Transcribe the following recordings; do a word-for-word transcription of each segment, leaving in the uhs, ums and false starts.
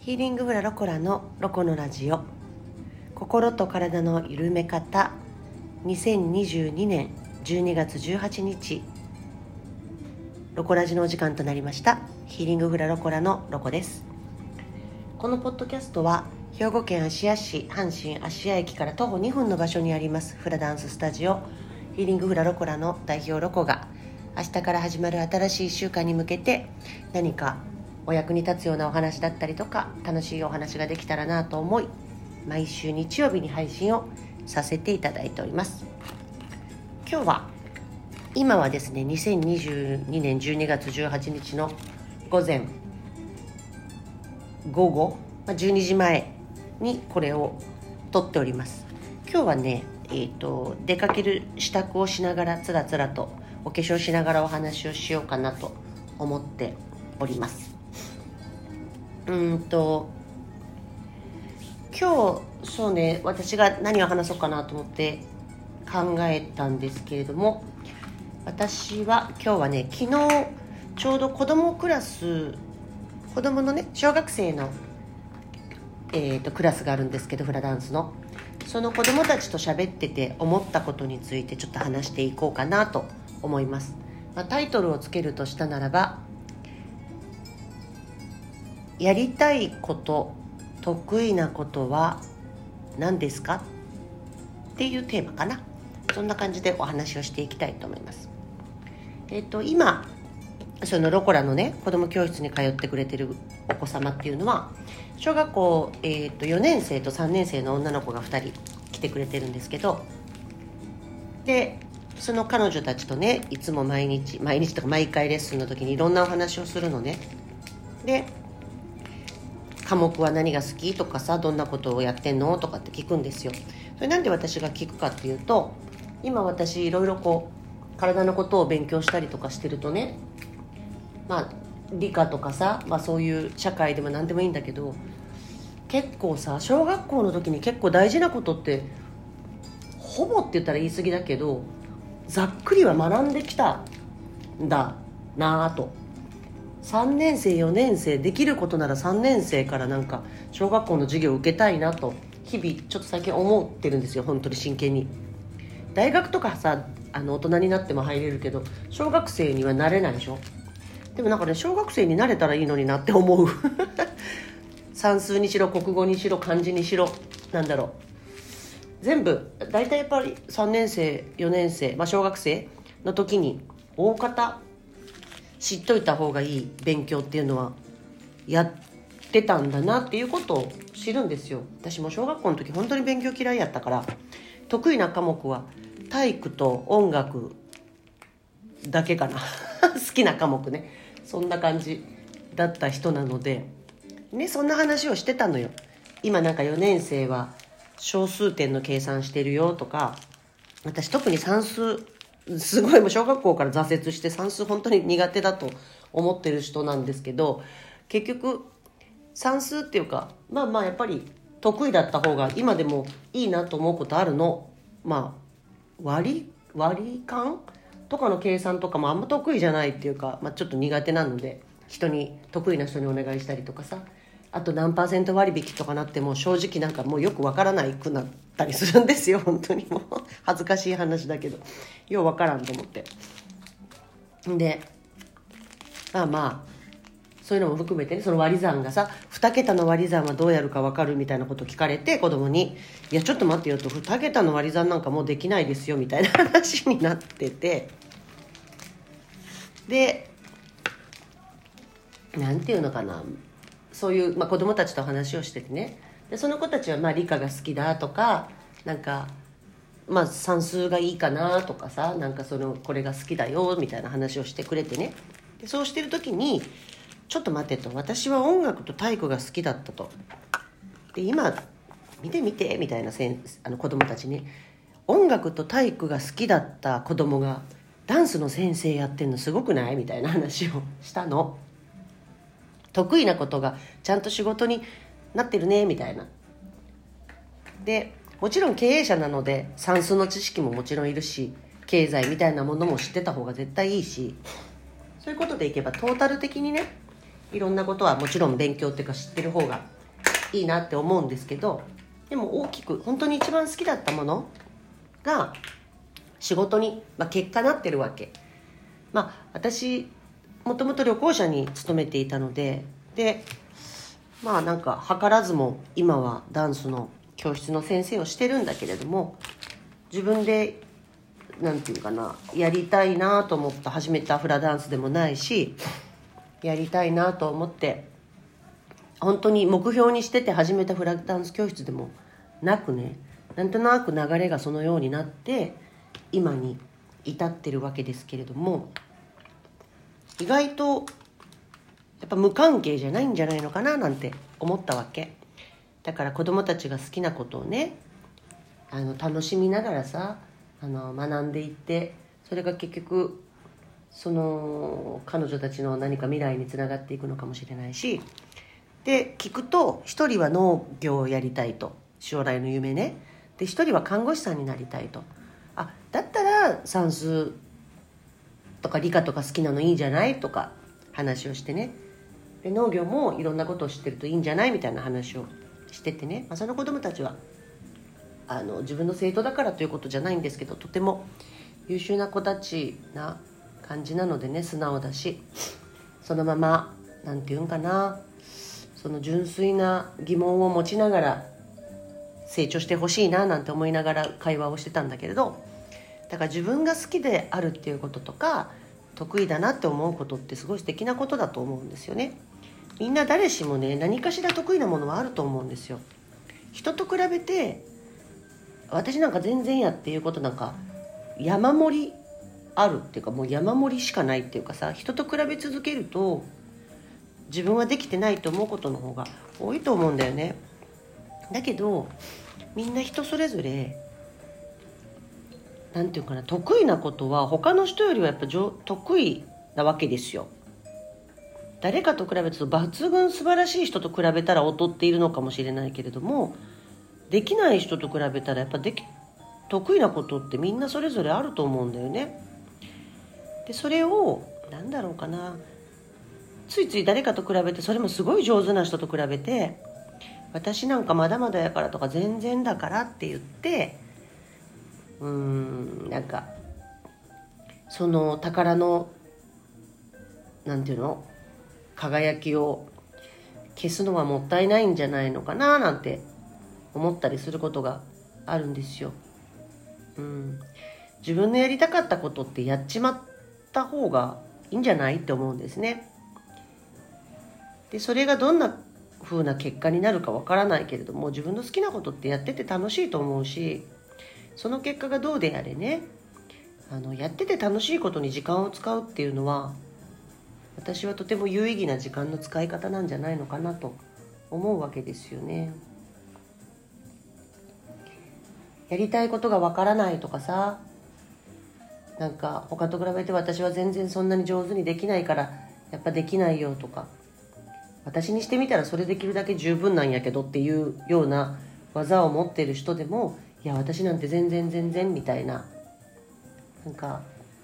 ヒーリングフラロコラのロコのラジオ、心と体の緩め方。にせんにじゅうにねんじゅうにがつじゅうはちにち、ロコラジのお時間となりました。ヒーリングフラロコラのロコです。このポッドキャストは兵庫県芦屋市阪神芦屋駅から徒歩にふんの場所にありますフラダンススタジオ、ヒーリングフラロコラの代表ロコが、明日から始まる新しいいっしゅうかんに向けて何かお役に立つようなお話だったりとか、楽しいお話ができたらなと思い、毎週日曜日に配信をさせていただいております。今日は今はですねにせんにじゅうにねんじゅうにがつじゅうはちにちの午前午後じゅうにじまえにこれを撮っております。今日はね、えーと、出かける支度をしながらつらつらとお化粧しながらお話をしようかなと思っております。うーんと今日そうね私が何を話そうかなと思って考えたんですけれども、私は今日はね昨日ちょうど子供クラス子供のね小学生の、えー、とクラスがあるんですけど、フラダンスのその子供たちと喋ってて思ったことについてちょっと話していこうかなと思います。まあ、タイトルをつけるとしたならば、やりたいこと、得意なことは何ですかっていうテーマかな。そんな感じでお話をしていきたいと思います。えっと今そのロコラのね子ども教室に通ってくれてるお子様っていうのは小学校、えっとよねんせいとさんねんせいの女の子がふたり来てくれてるんですけど、でその彼女たちとねいつも毎日毎日とか毎回レッスンの時にいろんなお話をするのね。で科目は何が好きとかさ、どんなことをやってんのとかって聞くんですよ。それなんで私が聞くかっていうと、今私いろいろこう体のことを勉強したりとかしてるとね、まあ理科とかさ、まあ、そういう社会でも何でもいいんだけど、結構さ小学校の時に結構大事なことってほぼって言ったら言い過ぎだけどざっくりは学んできたんだなぁと。さんねんせいよねんせいできることならさんねんせいからなんか小学校の授業を受けたいなと日々ちょっと最近思ってるんですよ。本当に真剣に。大学とかさあの大人になっても入れるけど小学生にはなれないでしょ。でもなんかね小学生になれたらいいのになって思う算数にしろ国語にしろ漢字にしろなんだろう、全部大体やっぱりさんねんせいよねんせい、まあ、小学生の時に大方知っといた方がいい勉強っていうのはやってたんだなっていうことを知るんですよ。私も小学校の時本当に勉強嫌いやったから、得意な科目は体育と音楽だけかな好きな科目ね、そんな感じだった人なのでね、そんな話をしてたのよ。今なんかよねんせいは小数点の計算してるよとか、私特に算数すごいもう小学校から挫折して算数本当に苦手だと思ってる人なんですけど、結局算数っていうかまあまあやっぱり得意だった方が今でもいいなと思うことあるの。まあ割り割り勘とかの計算とかもあんま得意じゃないっていうか、まあ、ちょっと苦手なので人に得意な人にお願いしたりとかさ、あと何パーセント割引とかなっても正直なんかもうよくわからないくなったりするんですよ。本当にもう恥ずかしい話だけどようわからんと思って、でまあまあそういうのも含めてね、その割り算がさにけたの割り算はどうやるかわかるみたいなこと聞かれて子供に、いやちょっと待ってよと、にけたの割り算なんかもうできないですよみたいな話になってて、でなんていうのかな、そういう、まあ、子供たちと話をしててね、でその子たちはまあ理科が好きだとか、なんかまあ算数がいいかなとかさ、なんかそのこれが好きだよみたいな話をしてくれてね、でそうしてる時にちょっと待てと、私は音楽と体育が好きだったと、で今見て見てみたいなせんあの子供たちに、音楽と体育が好きだった子供がダンスの先生やってんのすごくないみたいな話をしたの。得意なことがちゃんと仕事になってるねみたいな。でもちろん経営者なので算数の知識ももちろんいるし、経済みたいなものも知ってた方が絶対いいし、そういうことでいけばトータル的にねいろんなことはもちろん勉強っていうか知ってる方がいいなって思うんですけど、でも大きく本当に一番好きだったものが仕事に、まあ、結果なってるわけ。まあ私もともと旅行者に勤めていたので、でまあなんか図らずも今はダンスの教室の先生をしてるんだけれども、自分でなんていうかな、やりたいなと思って始めたフラダンスでもないし、やりたいなと思って本当に目標にしてて始めたフラダンス教室でもなくね、なんとなく流れがそのようになって今に至ってるわけですけれども、意外とやっぱ無関係じゃないんじゃないのかななんて思ったわけ。だから子どもたちが好きなことをね、あの楽しみながらさ、あの学んでいって、それが結局その彼女たちの何か未来につながっていくのかもしれないし、で聞くと一人は農業をやりたいと、将来の夢ね。で一人は看護師さんになりたいと。あ、だったら算数とか理科とか好きなのいいんじゃないとか話をしてね。で農業もいろんなことを知ってるといいんじゃないみたいな話をしててね、まあ、その子どもたちはあの自分の生徒だからということじゃないんですけど、とても優秀な子たちな感じなのでね、素直だし、そのままなんていうんかな、その純粋な疑問を持ちながら成長してほしいななんて思いながら会話をしてたんだけれど、だから自分が好きであるっていうこととか得意だなって思うことってすごい素敵なことだと思うんですよね。みんな誰しもね、何かしら得意なものはあると思うんですよ。人と比べて私なんか全然やっていうことなんか山盛りあるっていうか、もう山盛りしかないっていうかさ、人と比べ続けると自分はできてないと思うことの方が多いと思うんだよね。だけどみんな人それぞれなんていうかな、得意なことは他の人よりはやっぱ得意なわけですよ。誰かと比べると抜群素晴らしい人と比べたら劣っているのかもしれないけれども、できない人と比べたらやっぱでき得意なことってみんなそれぞれあると思うんだよね。でそれをなんだろうかな、ついつい誰かと比べて、それもすごい上手な人と比べて、私なんかまだまだやからとか全然だからって言って、うーんなんかその宝のなんていうの輝きを消すのはもったいないんじゃないのかななんて思ったりすることがあるんですよ。うん、自分のやりたかったことってやっちまった方がいいんじゃないって思うんですね。でそれがどんな風な結果になるかわからないけれども、自分の好きなことってやってて楽しいと思うし、その結果がどうであれね、あのやってて楽しいことに時間を使うっていうのは私はとても有意義な時間の使い方なんじゃないのかなと思うわけですよね。やりたいことがわからないとかさ、なんか他と比べて私は全然そんなに上手にできないからやっぱできないよとか、私にしてみたらそれできるだけ十分なんやけどっていうような技を持っている人でも、いや私なんて全然全然みたいな、なんか、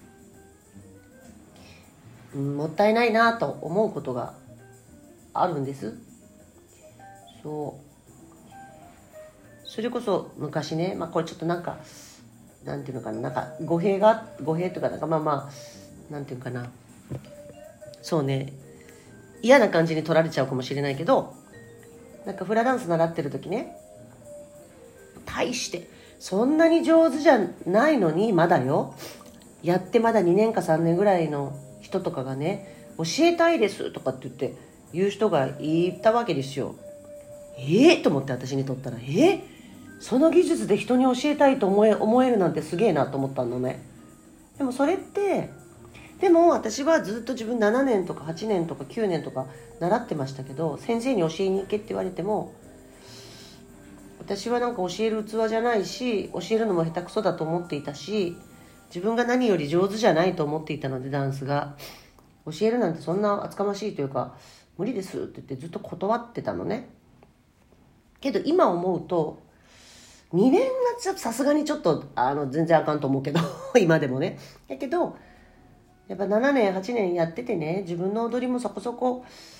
うん、もったいないなと思うことがあるんです。そうそれこそ昔ね、まあこれちょっとなんかなんていうのかな、なんか語弊が語弊というか、なんかまあまあなんていうかな、そうね、嫌な感じに取られちゃうかもしれないけど、なんかフラダンス習ってる時ね、大してそんなに上手じゃないのに、まだよ、やってまだにねんかさんねんぐらいの人とかがね、教えたいですとかって言って言う人がいたわけですよ。えー、と思って、私にとったらえー、その技術で人に教えたいと思え、思えるなんてすげえなと思ったのね。でもそれってでも私はずっと自分ななねんとかはちねんとかきゅうねんとか習ってましたけど、先生に教えに行けって言われても私はなんか教える器じゃないし、教えるのも下手くそだと思っていたし、自分が何より上手じゃないと思っていたので、ダンスが教えるなんてそんな厚かましいというか無理ですって言ってずっと断ってたのね。けど今思うとにねんはさすがにちょっとあの全然あかんと思うけど今でもね。だけどやっぱななねんはちねんやっててね、自分の踊りもそこそこ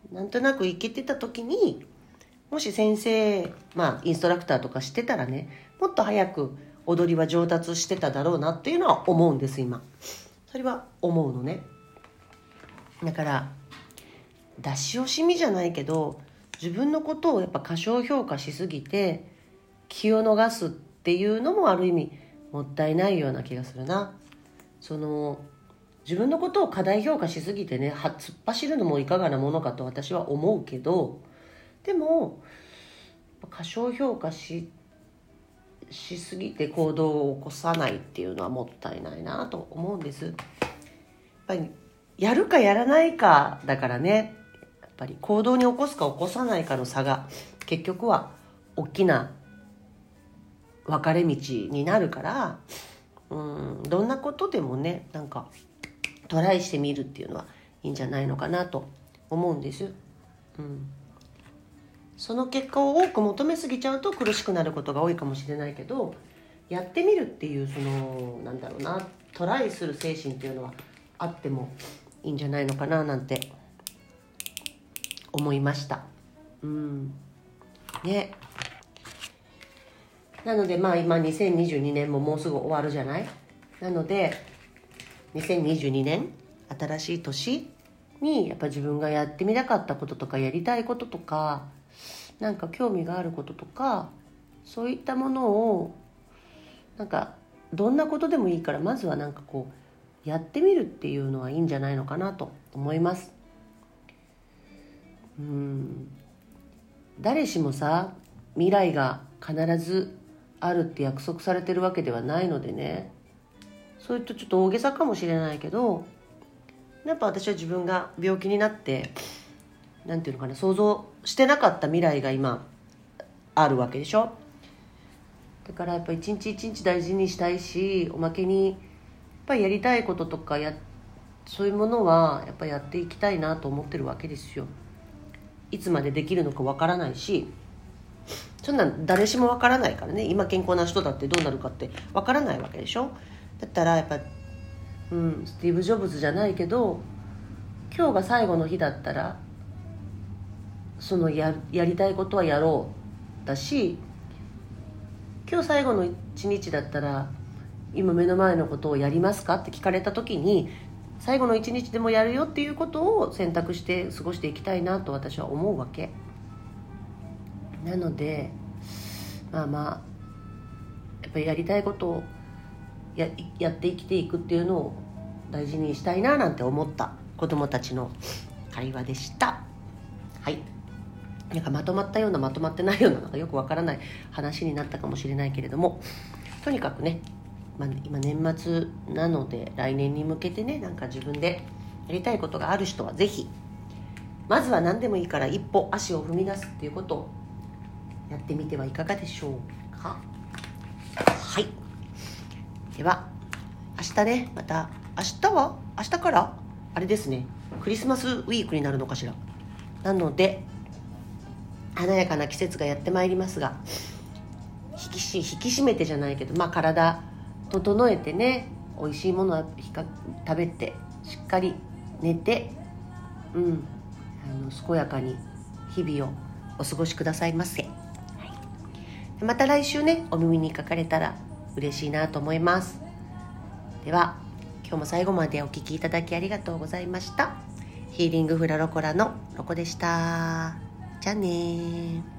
なんとなくいけてた時に、もし先生、まあインストラクターとかしてたらね、もっと早く踊りは上達してただろうなっていうのは思うんです。今それは思うのね。だから出し惜しみじゃないけど、自分のことをやっぱ過小評価しすぎて気を逃すっていうのもある意味もったいないような気がするな。その自分のことを過大評価しすぎてね、は突っ走るのもいかがなものかと私は思うけど、でも過小評価ししすぎて行動を起こさないっていうのはもったいないなと思うんです。やっぱりやるかやらないかだからね。やっぱり行動に起こすか起こさないかの差が結局は大きな分かれ道になるから、うん、どんなことでもね、なんかトライしてみるっていうのはいいんじゃないのかなと思うんです。うん、その結果を多く求めすぎちゃうと苦しくなることが多いかもしれないけど、やってみるっていうそのなんだろうな、トライする精神っていうのはあってもいいんじゃないのかななんて思いました。うんね。なのでまあ今にせんにじゅうにねんももうすぐ終わるじゃない。なのでにせんにじゅうにねん新しい年にやっぱ自分がやってみたかったこととかやりたいこととかなんか興味があることとか、そういったものをなんかどんなことでもいいからまずはなんかこうやってみるっていうのはいいんじゃないのかなと思います。うん誰しもさ、未来が必ずあるって約束されてるわけではないのでね、そういったちょっと大げさかもしれないけど、やっぱ私は自分が病気になってなんていうのかな、想像してなかった未来が今あるわけでしょ。だからやっぱ一日一日大事にしたいし、おまけにやっぱりやりたいこととかやそういうものはやっぱりやっていきたいなと思ってるわけですよ。いつまでできるのかわからないし、そんなん誰しもわからないからね。今健康な人だってどうなるかってわからないわけでしょ。だったらやっぱ、うん、スティーブ・ジョブズじゃないけど、今日が最後の日だったらその や, やりたいことはやろうだし、今日最後の一日だったら今目の前のことをやりますかって聞かれた時に、最後の一日でもやるよっていうことを選択して過ごしていきたいなと私は思うわけなので、まあまあやっぱりやりたいことを や, やって生きていくっていうのを大事にしたいななんて思った子どもたちの会話でした。はい、なんかまとまったようなまとまってないような、なんかよくわからない話になったかもしれないけれども、とにかくね、まあ、今年末なので来年に向けてね、なんか自分でやりたいことがある人はぜひまずは何でもいいから一歩足を踏み出すっていうことをやってみてはいかがでしょうか。はい、では明日ね、また明日は明日からあれですね、クリスマスウィークになるのかしら。なので華やかな季節がやってまいりますが、引きし引き締めてじゃないけど、まあ体整えてね、美味しいものは食べてしっかり寝て、うん、あの健やかに日々をお過ごしくださいませ。はい、また来週ね、お耳にかかれたら嬉しいなと思います。では今日も最後までお聞きいただきありがとうございました。ヒーリングフラロコラのロコでした。じゃあね。